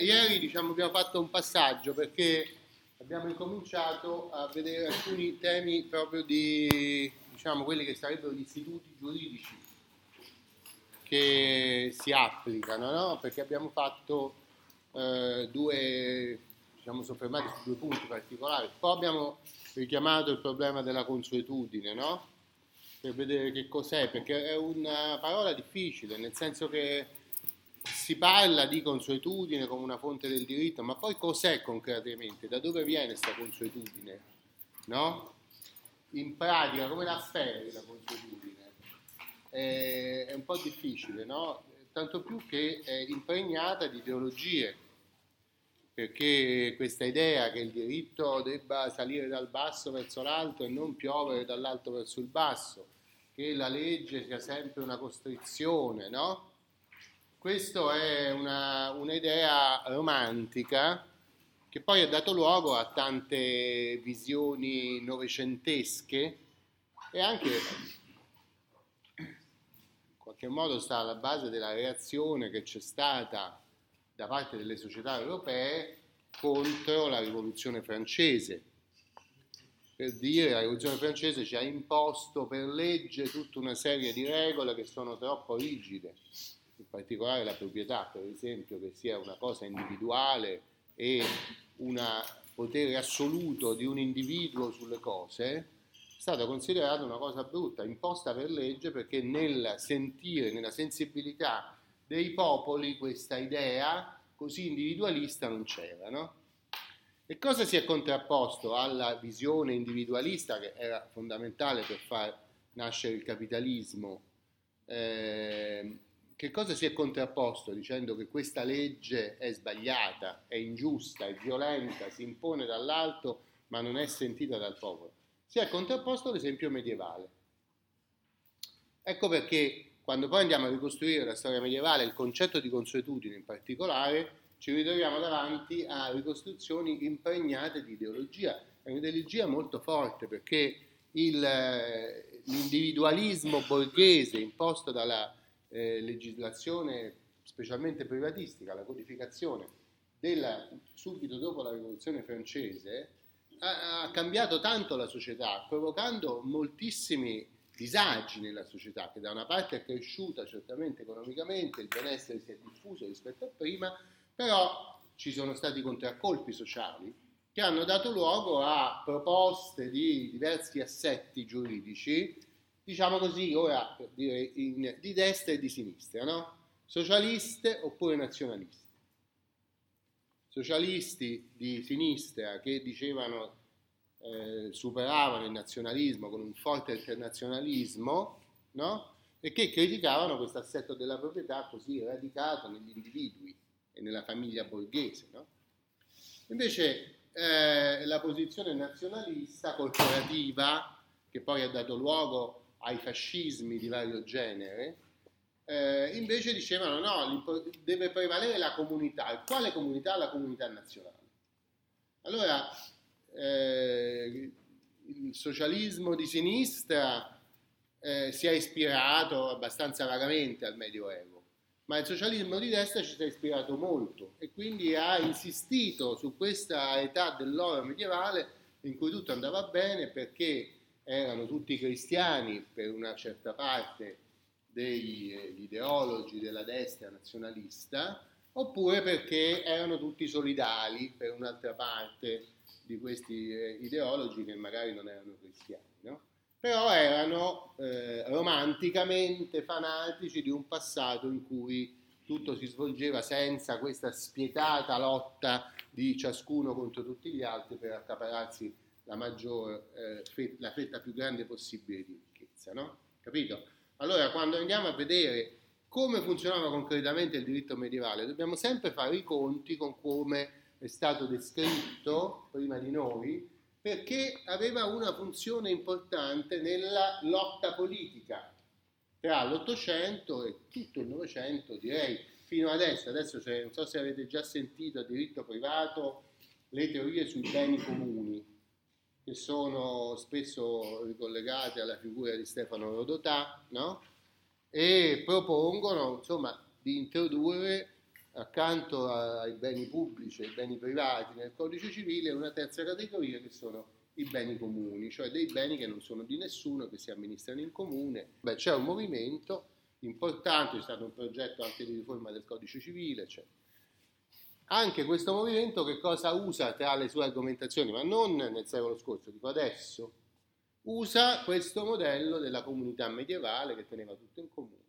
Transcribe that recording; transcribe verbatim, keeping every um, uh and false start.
Ieri diciamo, abbiamo fatto un passaggio perché abbiamo incominciato a vedere alcuni temi proprio di diciamo, quelli che sarebbero gli istituti giuridici che si applicano, no? Perché abbiamo fatto eh, due, diciamo, soffermati su due punti particolari. Poi abbiamo richiamato il problema della consuetudine, no? Per vedere che cos'è, perché è una parola difficile, nel senso che si parla di consuetudine come una fonte del diritto, ma poi cos'è concretamente? Da dove viene questa consuetudine? No? In pratica, come la afferri la consuetudine? È, è un po' difficile, no? Tanto più che è impregnata di ideologie, perché questa idea che il diritto debba salire dal basso verso l'alto e non piovere dall'alto verso il basso, che la legge sia sempre una costrizione, no? Questa è una, un'idea romantica che poi ha dato luogo a tante visioni novecentesche e anche in qualche modo sta alla base della reazione che c'è stata da parte delle società europee contro la rivoluzione francese. Per dire, la rivoluzione francese ci ha imposto per legge tutta una serie di regole che sono troppo rigide, in particolare la proprietà, per esempio, che sia una cosa individuale e un potere assoluto di un individuo sulle cose, è stata considerata una cosa brutta, imposta per legge, perché nel sentire, nella sensibilità dei popoli questa idea così individualista non c'era, no? E cosa si è contrapposto alla visione individualista che era fondamentale per far nascere il capitalismo? Eh, che cosa si è contrapposto dicendo che questa legge è sbagliata, è ingiusta, è violenta, si impone dall'alto ma non è sentita dal popolo? Si è contrapposto l'esempio medievale. Ecco perché quando poi andiamo a ricostruire la storia medievale, il concetto di consuetudine in particolare, ci ritroviamo davanti a ricostruzioni impregnate di ideologia. È un'ideologia molto forte perché il, l'individualismo borghese imposto dalla eh, legislazione specialmente privatistica, la codificazione della, subito dopo la rivoluzione francese, ha, ha cambiato tanto la società, provocando moltissimi disagi nella società, che da una parte è cresciuta certamente economicamente, il benessere si è diffuso rispetto a prima, però ci sono stati contraccolpi sociali che hanno dato luogo a proposte di diversi assetti giuridici, diciamo così, ora per dire in, di destra e di sinistra, no? Socialiste oppure nazionaliste. Socialisti di sinistra che dicevano eh, superavano il nazionalismo con un forte internazionalismo, no? E che criticavano questo assetto della proprietà così radicato negli individui e nella famiglia borghese, no? Invece eh, la posizione nazionalista corporativa, che poi ha dato luogo ai fascismi di vario genere, eh, invece dicevano no, deve prevalere la comunità. E quale comunità? La comunità nazionale. Allora eh, il socialismo di sinistra eh, si è ispirato abbastanza vagamente al Medioevo, ma il socialismo di destra ci si è ispirato molto e quindi ha insistito su questa età dell'oro medievale in cui tutto andava bene perché erano tutti cristiani per una certa parte degli eh, ideologi della destra nazionalista, oppure perché erano tutti solidali per un'altra parte di questi eh, ideologi che magari non erano cristiani, no? Però erano eh, romanticamente fanatici di un passato in cui tutto si svolgeva senza questa spietata lotta di ciascuno contro tutti gli altri per accaparrarsi la maggior, eh, fe- la fetta più grande possibile di ricchezza, no? Capito? Allora, quando andiamo a vedere come funzionava concretamente il diritto medievale, dobbiamo sempre fare i conti con come è stato descritto prima di noi, perché aveva una funzione importante nella lotta politica tra l'Ottocento e tutto il Novecento, direi fino adesso. Adesso c'è, non so se avete già sentito a diritto privato le teorie sui beni comuni, che sono spesso ricollegate alla figura di Stefano Rodotà, no? E propongono insomma di introdurre accanto ai beni pubblici e ai beni privati nel codice civile una terza categoria che sono i beni comuni, cioè dei beni che non sono di nessuno, che si amministrano in comune. Beh, c'è un movimento importante, c'è stato un progetto anche di riforma del codice civile, cioè. Anche questo movimento che cosa usa tra le sue argomentazioni, ma non nel secolo scorso, dico adesso, usa questo modello della comunità medievale che teneva tutto in comune.